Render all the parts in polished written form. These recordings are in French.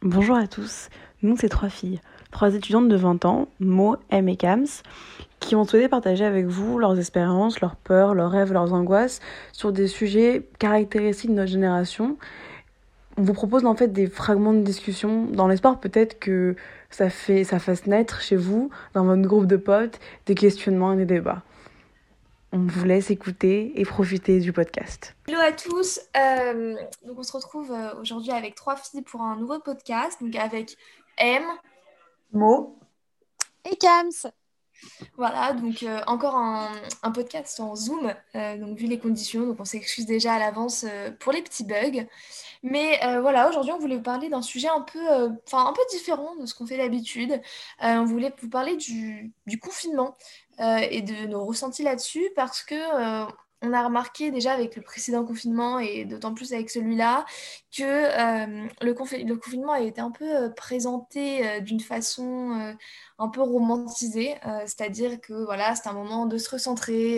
Bonjour à tous, nous c'est trois filles, trois étudiantes de 20 ans, Mo, M et Kams, qui ont souhaité partager avec vous leurs expériences, leurs peurs, leurs rêves, leurs angoisses sur des sujets caractéristiques de notre génération. On vous propose en fait des fragments de discussion dans l'espoir peut-être que ça fasse naître chez vous, dans votre groupe de potes, des questionnements et des débats. On vous laisse écouter et profiter du podcast. Hello à tous, donc on se retrouve aujourd'hui avec trois filles pour un nouveau podcast, donc avec M, Mo. Et Kams. voilà, donc encore un podcast en Zoom, donc vu les conditions, donc on s'excuse déjà à l'avance pour les petits bugs, mais voilà, aujourd'hui on voulait vous parler d'un sujet un peu différent de ce qu'on fait d'habitude. On voulait vous parler du confinement et de nos ressentis là-dessus parce que on a remarqué déjà avec le précédent confinement et d'autant plus avec celui-là que le confinement a été un peu présenté d'une façon un peu romantisée, c'est-à-dire que voilà, c'est un moment de se recentrer,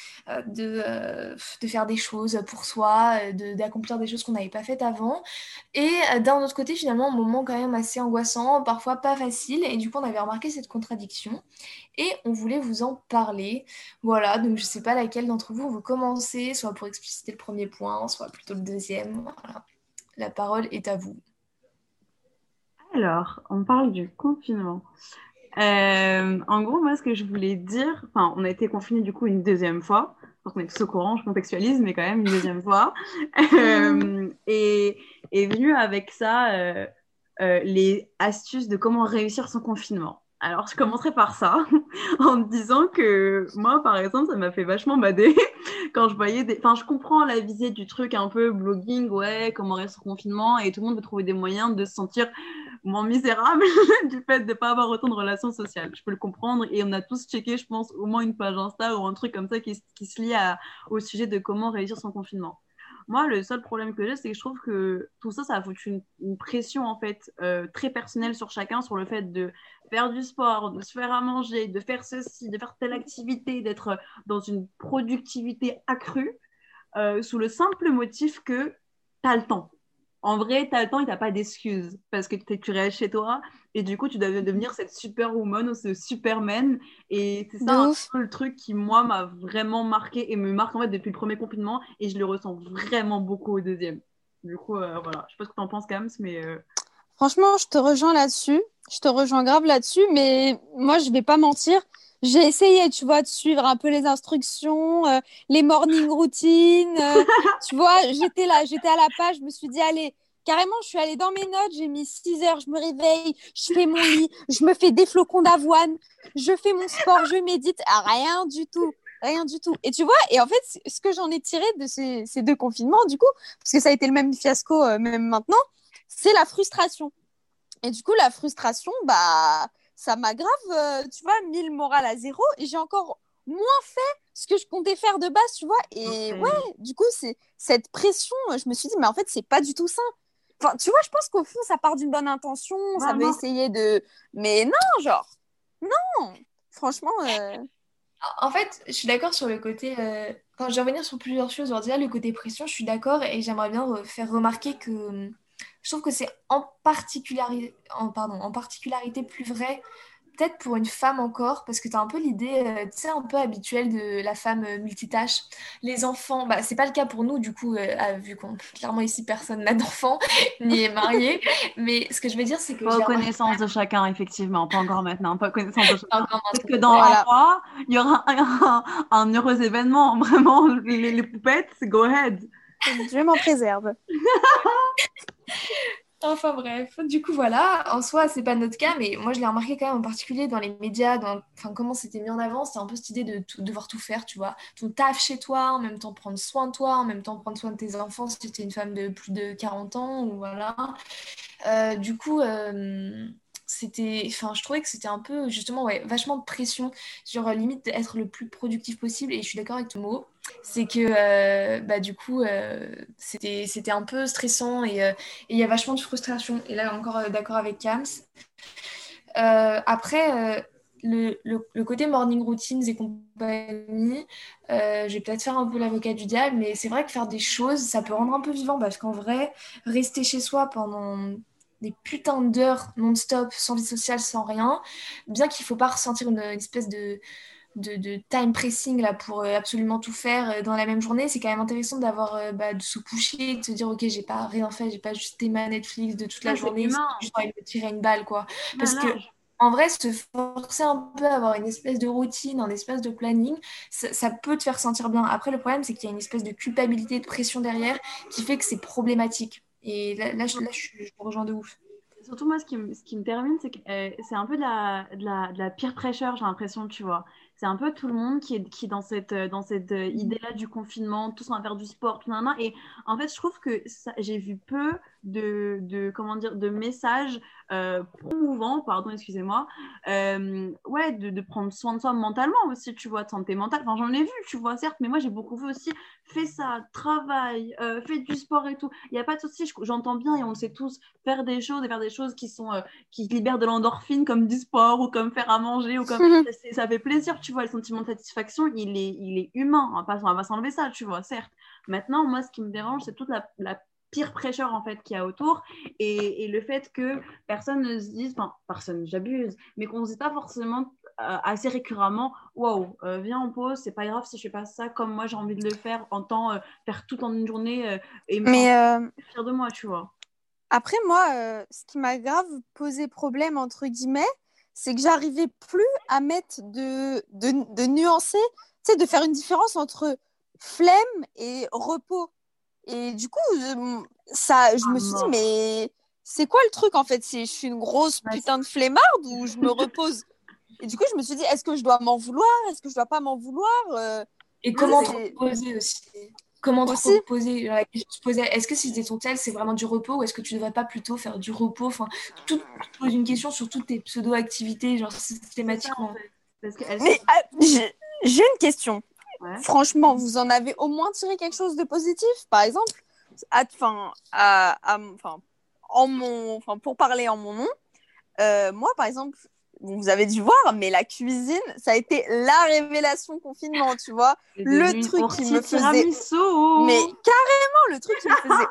de faire des choses pour soi, d'accomplir des choses qu'on n'avait pas faites avant. Et d'un autre côté, finalement, un moment quand même assez angoissant, parfois pas facile. Et du coup, on avait remarqué cette contradiction et on voulait vous en parler. Voilà, donc je sais pas laquelle d'entre vous commencer, soit pour expliciter le premier point, soit plutôt le deuxième. Voilà. La parole est à vous. Alors, on parle du confinement. En gros, moi, ce que je voulais dire, enfin, on a été confinés du coup une deuxième fois. Je pense qu'on est tous au courant, je contextualise, mais quand même une deuxième fois. Et est venu avec ça les astuces de comment réussir son confinement. Alors, je commencerai par ça, en me disant que moi, par exemple, ça m'a fait vachement bader quand je voyais des... Enfin, je comprends la visée du truc un peu blogging, ouais, comment réussir son confinement, et tout le monde veut trouver des moyens de se sentir moins misérable du fait de ne pas avoir autant de relations sociales. Je peux le comprendre, et on a tous checké, je pense, au moins une page Insta ou un truc comme ça qui se lie au sujet de comment réussir son confinement. Moi, le seul problème que j'ai, c'est que je trouve que tout ça, ça a foutu une pression, en fait, très personnelle sur chacun, sur le fait de faire du sport, de se faire à manger, de faire ceci, de faire telle activité, d'être dans une productivité accrue, sous le simple motif que tu as le temps. En vrai, tu as le temps et tu n'as pas d'excuses parce que tu restes chez toi et du coup, tu dois devenir cette superwoman ou ce superman. Et c'est De ça un ouf. peu le truc qui, moi, m'a vraiment marqué et me marque en fait depuis le premier confinement et je le ressens vraiment beaucoup au deuxième. Du coup, voilà. Je sais pas ce que tu en penses, Kams, mais. Franchement, je te rejoins là-dessus. Je te rejoins grave là-dessus, mais moi, je vais pas mentir. J'ai essayé, tu vois, de suivre un peu les instructions, les morning routines. Tu vois, j'étais là, j'étais à la page, je me suis dit, allez, carrément, je suis allée dans mes notes, j'ai mis 6 heures, je me réveille, je fais mon lit, je me fais des flocons d'avoine, je fais mon sport, je médite. Ah, rien du tout. Rien du tout. Et tu vois, et en fait, ce que j'en ai tiré de ces deux confinements, du coup, parce que ça a été le même fiasco, même maintenant, c'est la frustration. Et du coup, la frustration, bah, ça m'a grave, tu vois, mis le moral à zéro et j'ai encore moins fait ce que je comptais faire de base, tu vois. Et ouais, Ok. du coup, c'est cette pression, je me suis dit, mais en fait, c'est pas du tout ça. Enfin, tu vois, je pense qu'au fond, ça part d'une bonne intention, ça Bah, veut moi, essayer de. Mais non, genre, non. Franchement, En fait, je suis d'accord sur le côté. Enfin, je vais revenir sur plusieurs choses. Alors, déjà, le côté pression, je suis d'accord et j'aimerais bien faire remarquer que je trouve que c'est en particularité plus vrai peut-être pour une femme encore, parce que tu as un peu l'idée, tu sais, un peu habituelle de la femme multitâche. Les enfants, bah, c'est pas le cas pour nous, du coup, vu qu'on, clairement ici, personne n'a d'enfants, ni est marié. Mais ce que je veux dire, c'est que pas j'ai aux remarqué connaissances de chacun, effectivement. Pas encore maintenant, pas aux connaissances de chacun. encore Peut-être que maintenant. dans un voilà. mois, il y aura un heureux événement. Vraiment, les poupettes, go ahead. Dieu m'en préserve. Enfin bref, du coup voilà, en soi c'est pas notre cas, mais moi je l'ai remarqué quand même en particulier dans les médias, enfin comment c'était mis en avant, c'était un peu cette idée de devoir tout faire, tu vois, ton taf chez toi, en même temps prendre soin de toi, en même temps prendre soin de tes enfants si tu es une femme de plus de 40 ans, ou voilà. Du coup, enfin, je trouvais que c'était un peu, justement, ouais, vachement de pression sur limite être le plus productif possible. Et je suis d'accord avec ton mot. C'est que, bah, du coup, c'était un peu stressant et il y a vachement de frustration. Et là, encore d'accord avec Kams. Après, le côté morning routines et compagnie, je vais peut-être faire un peu l'avocat du diable, mais c'est vrai que faire des choses, ça peut rendre un peu vivant parce qu'en vrai, rester chez soi pendant des putains d'heures non-stop, sans vie sociale, sans rien, bien qu'il ne faut pas ressentir une espèce de time pressing là, pour absolument tout faire dans la même journée, c'est quand même intéressant d'avoir de se coucher, de se dire ok, j'ai pas rien fait, j'ai pas juste aimé Netflix de toute la Ah, c'est journée, humain. j'ai juste envie de me tirer une balle quoi. Parce que Voilà. en vrai, se forcer un peu à avoir une espèce de routine, un espèce de planning, ça peut te faire sentir bien. Après, le problème, c'est qu'il y a une espèce de culpabilité, de pression derrière qui fait que c'est problématique. Et je te rejoins de ouf. Surtout moi, ce qui me termine, c'est que c'est un peu de la peer pressure, j'ai l'impression, tu vois. C'est un peu tout le monde qui est dans cette idée-là du confinement, tous on va faire du sport, tout nan, nan. Et en fait, je trouve que j'ai vu peu comment dire, de messages promouvants, pardon, excusez-moi, ouais, de prendre soin de soi mentalement aussi, tu vois, de santé mentale. Enfin, j'en ai vu, tu vois, certes, mais moi, j'ai beaucoup vu aussi, fais ça, travaille, fais du sport et tout. Il n'y a pas de souci, j'entends bien et on le sait tous, faire des choses et faire des choses qui sont qui libèrent de l'endorphine comme du sport ou comme faire à manger ou comme ça fait plaisir, tu vois, le sentiment de satisfaction il est humain, on va pas s'enlever ça, tu vois, certes. Maintenant moi ce qui me dérange c'est toute la pire pressure en fait qu'il y a autour et le fait que personne ne se dise, enfin personne, j'abuse, mais qu'on ne se dise pas forcément assez récurremment, wow, viens en pause, c'est pas grave si je fais pas ça comme moi j'ai envie de le faire en temps, faire tout en une journée et me Mais sentir fière de moi, tu vois. après, moi, ce qui m'a grave posé problème, entre guillemets, c'est que j'arrivais plus à mettre de nuancer, tu sais, de faire une différence entre flemme et repos. Et du coup, je me suis dit, mais c'est quoi le truc en fait? Je suis une grosse putain de flemmarde ou je me repose? Et du coup, je me suis dit, est-ce que je dois m'en vouloir? Est-ce que je dois pas m'en vouloir? Et comment te reposer aussi? Comment te reposer? La question se posait, est-ce que si c'était ton tel, c'est vraiment du repos ou est-ce que tu ne devrais pas plutôt faire du repos? Enfin, tu te poses une question sur toutes tes pseudo-activités, genre systématiquement. Ça, en fait. Mais j'ai une question. Ouais. Franchement, vous en avez au moins tiré quelque chose de positif? Par exemple, pour parler en mon nom, moi, par exemple, vous avez dû voir, mais la cuisine, ça a été la révélation confinement, tu vois. Le truc qui me faisait... Mais carrément, le truc qui me faisait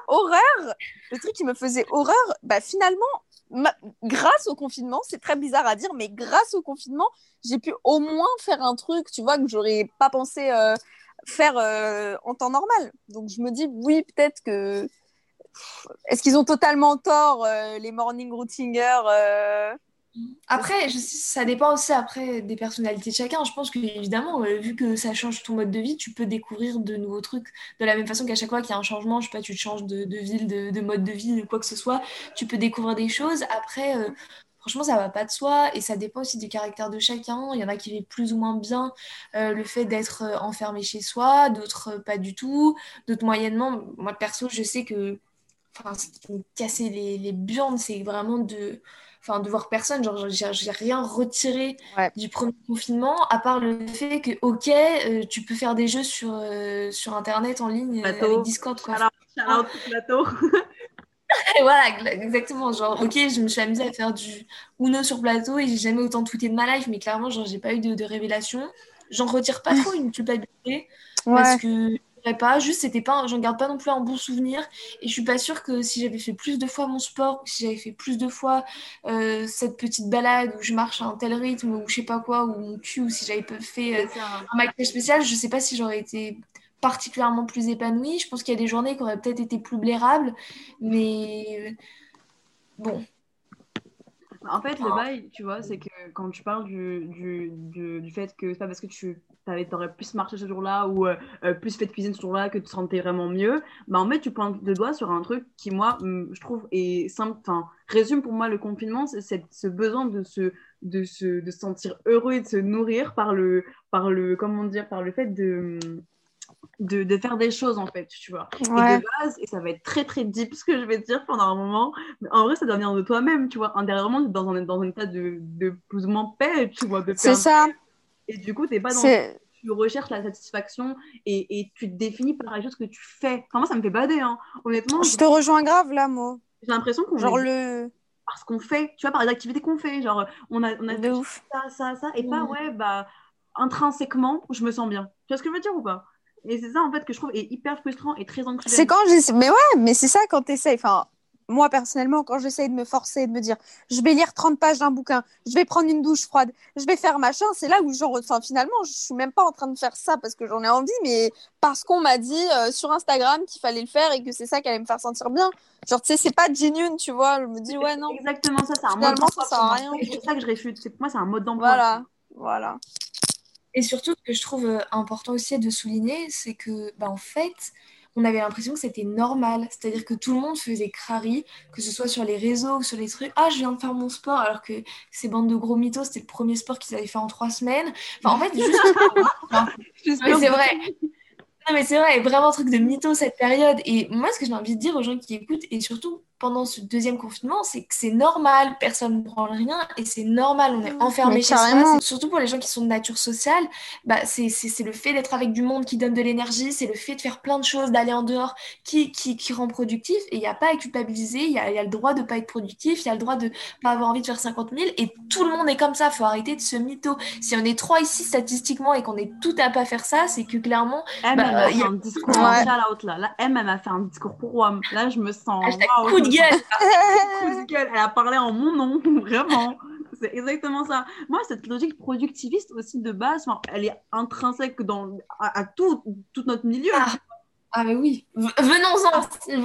horreur, bah finalement, grâce au confinement, c'est très bizarre à dire, mais grâce au confinement, j'ai pu au moins faire un truc, tu vois, que j'aurais pas pensé faire en temps normal. Donc je me dis, oui, peut-être que... Est-ce qu'ils ont totalement tort, les morning routingers Après, ça dépend aussi après des personnalités de chacun. Je pense que évidemment, vu que ça change ton mode de vie, tu peux découvrir de nouveaux trucs. De la même façon qu'à chaque fois qu'il y a un changement, je sais pas, tu te changes de ville, de mode de vie, de quoi que ce soit, tu peux découvrir des choses. Après, franchement, ça va pas de soi et ça dépend aussi du caractère de chacun. Il y en a qui vivent plus ou moins bien le fait d'être enfermé chez soi, d'autres pas du tout, d'autres moyennement. Moi, perso, je sais que ce qui me cassait les burnes, c'est vraiment de voir personne. Genre, j'ai rien retiré du premier confinement, à part le fait que, ok, tu peux faire des jeux sur Internet en ligne avec Discord. Quoi. Alors, plateau. Et voilà, exactement. Genre, ok, je me suis amusée à faire du Uno sur plateau et j'ai jamais autant tweeté de ma life, mais clairement, genre, j'ai pas eu de révélation. J'en retire pas trop une culpabilité parce que pas, juste c'était pas, j'en garde pas non plus un bon souvenir et je suis pas sûre que si j'avais fait plus de fois mon sport, ou si j'avais fait plus de fois cette petite balade où je marche à un tel rythme ou je sais pas quoi, ou mon cul, ou si j'avais fait un maquillage spécial, je sais pas si j'aurais été particulièrement plus épanouie. Je pense qu'il y a des journées qui auraient peut-être été plus blérables, mais bon. En fait, le bail, tu vois, c'est que quand tu parles du fait que c'est pas parce que t'aurais plus marché ce jour-là ou plus fait de cuisine ce jour-là que tu te sentais vraiment mieux, bah en fait, tu pointes le doigt sur un truc qui, moi, je trouve, est simple, enfin, résume pour moi le confinement, c'est ce besoin de se sentir heureux et de se nourrir par comment dire, par le fait de faire des choses en fait, tu vois. Et de base, et ça va être très très deep ce que je vais te dire pendant un moment, mais en vrai ça doit venir de toi-même, tu vois, intérieurement dans un état de plus ou moins paix, tu vois, c'est ça. Et du coup t'es pas dans tu recherches la satisfaction et tu te définis par les choses que tu fais. Enfin moi ça me fait bader, hein. Honnêtement je te rejoins grave là, moi j'ai l'impression qu'on genre parce qu'on fait, tu vois, par les activités qu'on fait, genre on a fait ça et pas intrinsèquement je me sens bien, tu vois ce que je veux dire ou pas? Et c'est ça en fait que je trouve est hyper frustrant et très anxiogène. C'est quand mais c'est ça quand t'essayes, enfin moi, personnellement, quand j'essaye de me forcer et de me dire je vais lire 30 pages d'un bouquin, je vais prendre une douche froide, je vais faire machin, c'est là où enfin, finalement, je suis même pas en train de faire ça parce que j'en ai envie, mais parce qu'on m'a dit sur Instagram qu'il fallait le faire et que c'est ça qui allait me faire sentir bien. Genre, tu sais, c'est pas genuine, tu vois. Je me dis, ouais, non. Exactement ça, c'est un mode Finalement, ça d'emploi sert pour à moi. rien. C'est ça que je réfute. C'est que moi, c'est un mode d'emploi. Voilà. Et surtout, ce que je trouve important aussi de souligner, c'est que, en fait, on avait l'impression que c'était normal. C'est-à-dire que tout le monde faisait crari, que ce soit sur les réseaux ou sur les trucs. Ah, je viens de faire mon sport, alors que ces bandes de gros mythos, c'était le premier sport qu'ils avaient fait en 3 semaines. Enfin, en fait, juste. Mais c'est vrai. Non, mais c'est vrai, vraiment un truc de mytho cette période. Et moi, ce que j'ai envie de dire aux gens qui écoutent, et surtout pendant ce deuxième confinement, c'est que c'est normal, personne ne prend rien, et c'est normal, on est enfermé Mais chez soi. carrément. Surtout pour les gens qui sont de nature sociale, c'est le fait d'être avec du monde qui donne de l'énergie, c'est le fait de faire plein de choses, d'aller en dehors qui rend productif. Et il n'y a pas à culpabiliser, il y a le droit de ne pas être productif, il y a le droit de ne pas avoir envie de faire 50 000, et tout le monde est comme ça, faut arrêter de se mytho. Si on est 3 ici statistiquement et qu'on est tout à pas faire ça, c'est que clairement. Elle m'a fait un discours en shout-out là. Là, elle m'a fait un discours pour WAM. Là, je me sens. Wow, coup de gueule. Coup de gueule. Elle a parlé en mon nom, vraiment. C'est exactement ça. Moi, cette logique productiviste aussi de base, elle est intrinsèque à tout notre milieu. Mais oui. Venons-en.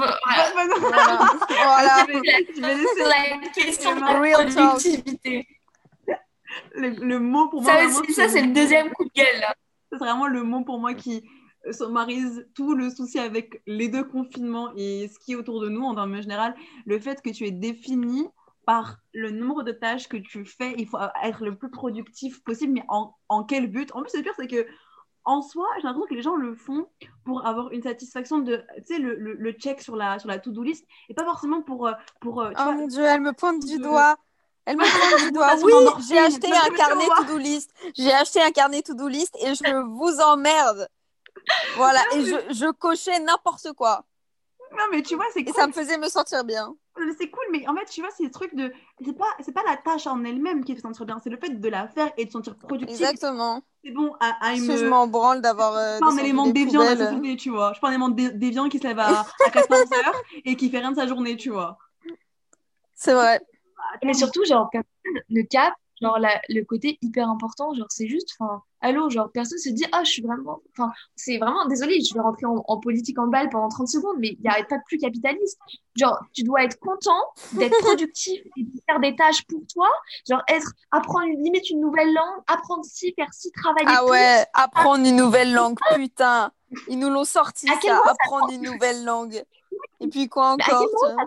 Voilà. Je vais laisser la question de la productivité. Le mot pour moi. Ça, c'est le deuxième coup de gueule là. C'est vraiment le mot pour moi qui sommarise tout le souci avec les 2 confinements et ce qui est autour de nous en termes général. Le fait que tu es défini par le nombre de tâches que tu fais, il faut être le plus productif possible, mais en quel but? En plus, le pire, c'est que en soi, j'ai l'impression que les gens le font pour avoir une satisfaction de, tu sais, le check sur la to-do list, et pas forcément pour tu vois, mon Dieu, elle me pointe du doigt. Elle me pointe du doigt. Oui, j'ai acheté un carnet to-do list. J'ai acheté un carnet to-do list et je vous emmerde. Voilà, et je cochais n'importe quoi. Non, mais tu vois, c'est cool. Et ça me faisait me sentir bien. C'est cool, mais en fait, tu vois, c'est des trucs de. C'est pas la tâche en elle-même qui fait sentir bien, c'est le fait de la faire et de sentir productif. Exactement. C'est bon, je m'en branle d'avoir. Pas un élément déviant de la société, tu vois. Je suis pas un élément déviant qui se lève à 14h et qui fait rien de sa journée, tu vois. C'est vrai. Mais surtout, genre, personne ne capte, genre, le côté hyper important, genre, c'est juste, allô, genre, personne se dit, je suis vraiment, c'est vraiment, désolé, je vais rentrer en politique en balle pendant 30 secondes, mais il n'y a pas de plus capitaliste. Genre, tu dois être content d'être productif et de faire des tâches pour toi, genre, apprendre limite une nouvelle langue, apprendre ci, faire ci, travailler plus. Ah ouais, apprendre une nouvelle langue, putain. Ils nous l'ont sorti, ça, apprendre une nouvelle langue. Et puis quoi encore?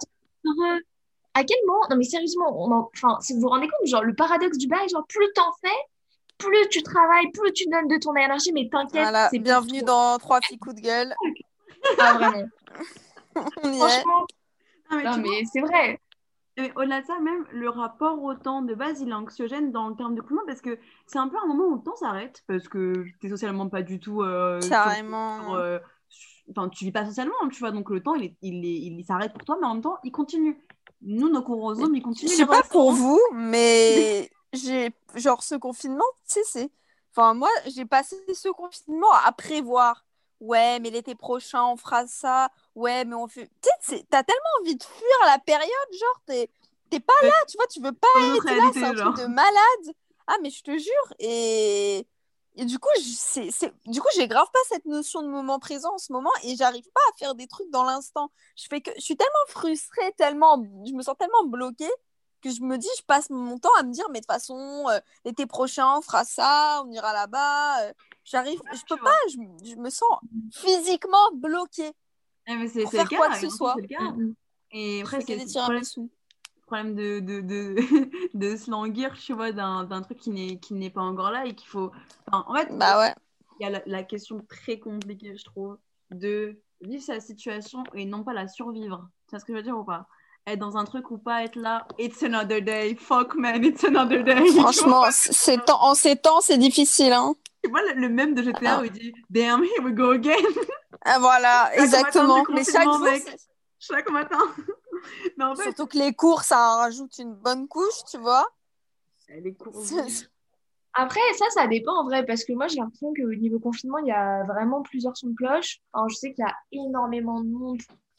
À quel moment, non mais sérieusement, si vous vous rendez compte, genre le paradoxe du bail, genre plus t'en fais, plus tu travailles, plus tu donnes de ton énergie, mais t'inquiète, voilà, c'est bienvenue dans 3 filles coups de gueule. Ah vraiment. Franchement. Mais c'est vrai. Mais au-delà de ça, même le rapport au temps de base, il est anxiogène dans le terme de confinement parce que c'est un peu un moment où le temps s'arrête parce que t'es socialement pas du tout. Carrément. Tu vis pas socialement, tu vois, donc le temps il s'arrête pour toi, mais en même temps il continue. Nous, nos cours au Zoom, ils continuent. Je sais pas pour vous, mais genre ce confinement, tu sais, moi, j'ai passé ce confinement à prévoir. Ouais, mais l'été prochain, on fera ça. Ouais, mais on fait. Tu sais, t'as tellement envie de fuir la période, genre, t'es pas là, tu vois, tu veux pas être là, c'est un truc de malade. Ah, mais je te jure. Et du coup, j'ai grave pas cette notion de moment présent en ce moment et j'arrive pas à faire des trucs dans l'instant. Je suis tellement frustrée, je me sens tellement bloquée que je me dis, je passe mon temps à me dire, mais de toute façon, l'été prochain, on fera ça, on ira là-bas. Je peux pas, je me sens physiquement bloquée. Mais c'est pour faire le quoi cas, que ce soit. Et après, c'est le problème de se languir, tu vois, d'un truc qui n'est pas encore là et qu'il faut. En fait, ouais. Il y a la question très compliquée, je trouve, de vivre sa situation et non pas la survivre. Tu vois ce que je veux dire ou pas? Être dans un truc ou pas être là, it's another day, fuck man, it's another day. Franchement, en ces temps, c'est difficile, hein. Tu vois le même de GTA où il dit damn, here we go again. Ah, voilà, exactement. Mais chaque jour, chaque matin. Mais en fait, surtout que les cours, ça en rajoute une bonne couche, tu vois. Les cours. Après, ça dépend en vrai, parce que moi, j'ai l'impression qu'au niveau confinement, il y a vraiment plusieurs sons de cloche. Alors, je sais qu'il y a énormément de monde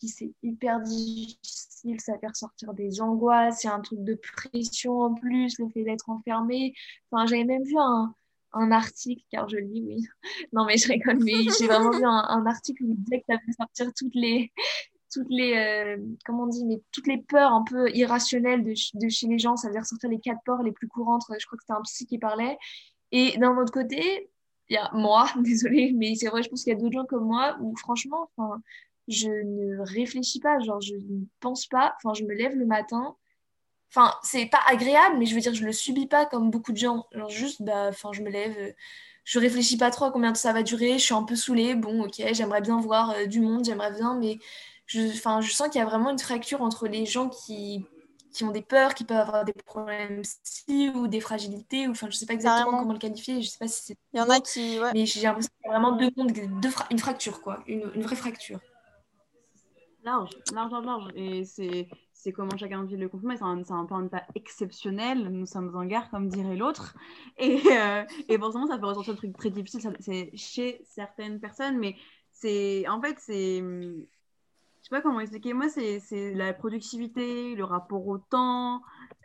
qui c'est hyper difficile, ça fait ressortir des angoisses, il y a un truc de pression en plus, le fait d'être enfermé. Enfin, j'avais même vu un article, car je lis, oui. Non, mais je rigole, mais j'ai vraiment vu un article où il disait que ça fait sortir comment on dit, mais toutes les peurs un peu irrationnelles de chez les gens, ça veut dire sortir les 4 peurs les plus courantes. Je crois que c'était un psy qui parlait. Et d'un autre côté, il y a moi, désolée, mais c'est vrai, je pense qu'il y a d'autres gens comme moi où franchement, enfin, je ne réfléchis pas, genre je ne pense pas, enfin, je me lève le matin. Enfin, c'est pas agréable, mais je veux dire, je le subis pas comme beaucoup de gens. Genre juste, bah, enfin, je me lève, je réfléchis pas trop à combien de temps ça va durer, je suis un peu saoulée, bon, ok, j'aimerais bien voir du monde, j'aimerais bien, mais enfin, je sens qu'il y a vraiment une fracture entre les gens qui ont des peurs, qui peuvent avoir des problèmes psy ou des fragilités, ou enfin, je sais pas exactement Carrément. comment le qualifier, je sais pas si c'est Il y en a qui, ouais. mais j'ai l'impression qu'il y a vraiment deux mondes, une fracture, quoi, une vraie fracture. Large, large, large, large. Et c'est comment chacun vit le confinement. C'est un peu un pas exceptionnel. Nous sommes en guerre, comme dirait l'autre. Et forcément, ça peut ressortir un truc très difficile. C'est chez certaines personnes, mais en fait, je sais pas comment expliquer. Moi, c'est la productivité, le rapport au temps,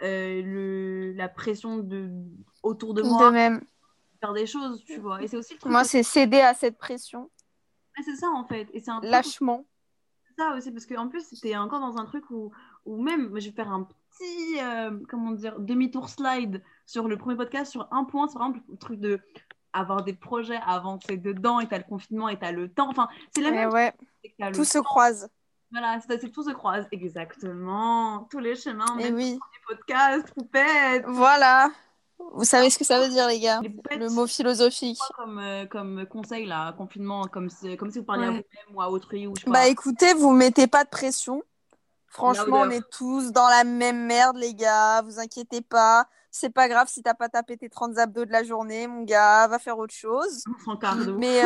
la pression autour de De moi, même. faire des choses, tu vois. Et c'est aussi le truc. Moi, c'est céder à cette pression. C'est ça, en fait. Et c'est un truc. Lâchement. Ça aussi, parce qu'en plus, c'était encore dans un truc où même, je vais faire un petit, comment dire, demi-tour slide sur le premier podcast, sur un point, sur le truc de avoir des projets, avancer dedans, et t'as le confinement, et t'as le temps. Enfin, c'est la même Ouais. chose. Tout se croise. Voilà, c'est tout se croise. Exactement. Tous les chemins, Et même oui. sur les podcasts, poupettes. Voilà. Vous savez ce que ça veut dire, les gars? Les poupettes, Le mot philosophique. comme conseil, là, confinement, comme si vous parliez à Ouais. vous-même ou à autrui, ou je sais Bah pas. écoutez, vous mettez pas de pression. Franchement, on Louder. est tous dans la même merde, les gars. Vous inquiétez pas. C'est pas grave si t'as pas tapé tes 30 abdos de la journée, mon gars. Va faire autre chose. Sans quart de ouf. Mais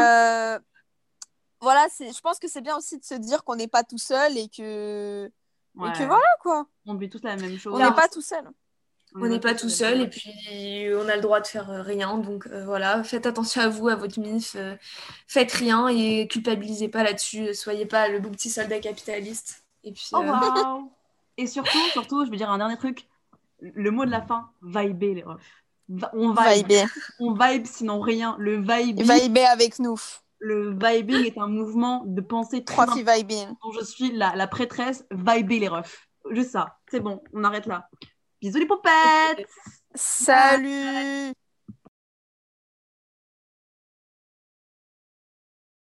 voilà, je pense que c'est bien aussi de se dire qu'on n'est pas tout seul et que Ouais. voilà, quoi. On vit tous la même chose. On n'est pas tout seul. On n'est pas tout seul et puis on a le droit de faire rien. Donc voilà, faites attention à vous, à votre mif. Faites rien et culpabilisez pas là-dessus. Soyez pas le beau petit soldat capitaliste. Et puis, Oh waouh! Et surtout, je vais dire un dernier truc. Le mot de la fin, viber les refs. On vibe. Vibez. On vibe sinon rien. Le vibing, Vibez avec nous. le vibing est un mouvement de pensée Trois très filles vibing. dont je suis la prêtresse. Viber les refs. Juste ça. C'est bon, on arrête là. Bisous les poupettes! Salut!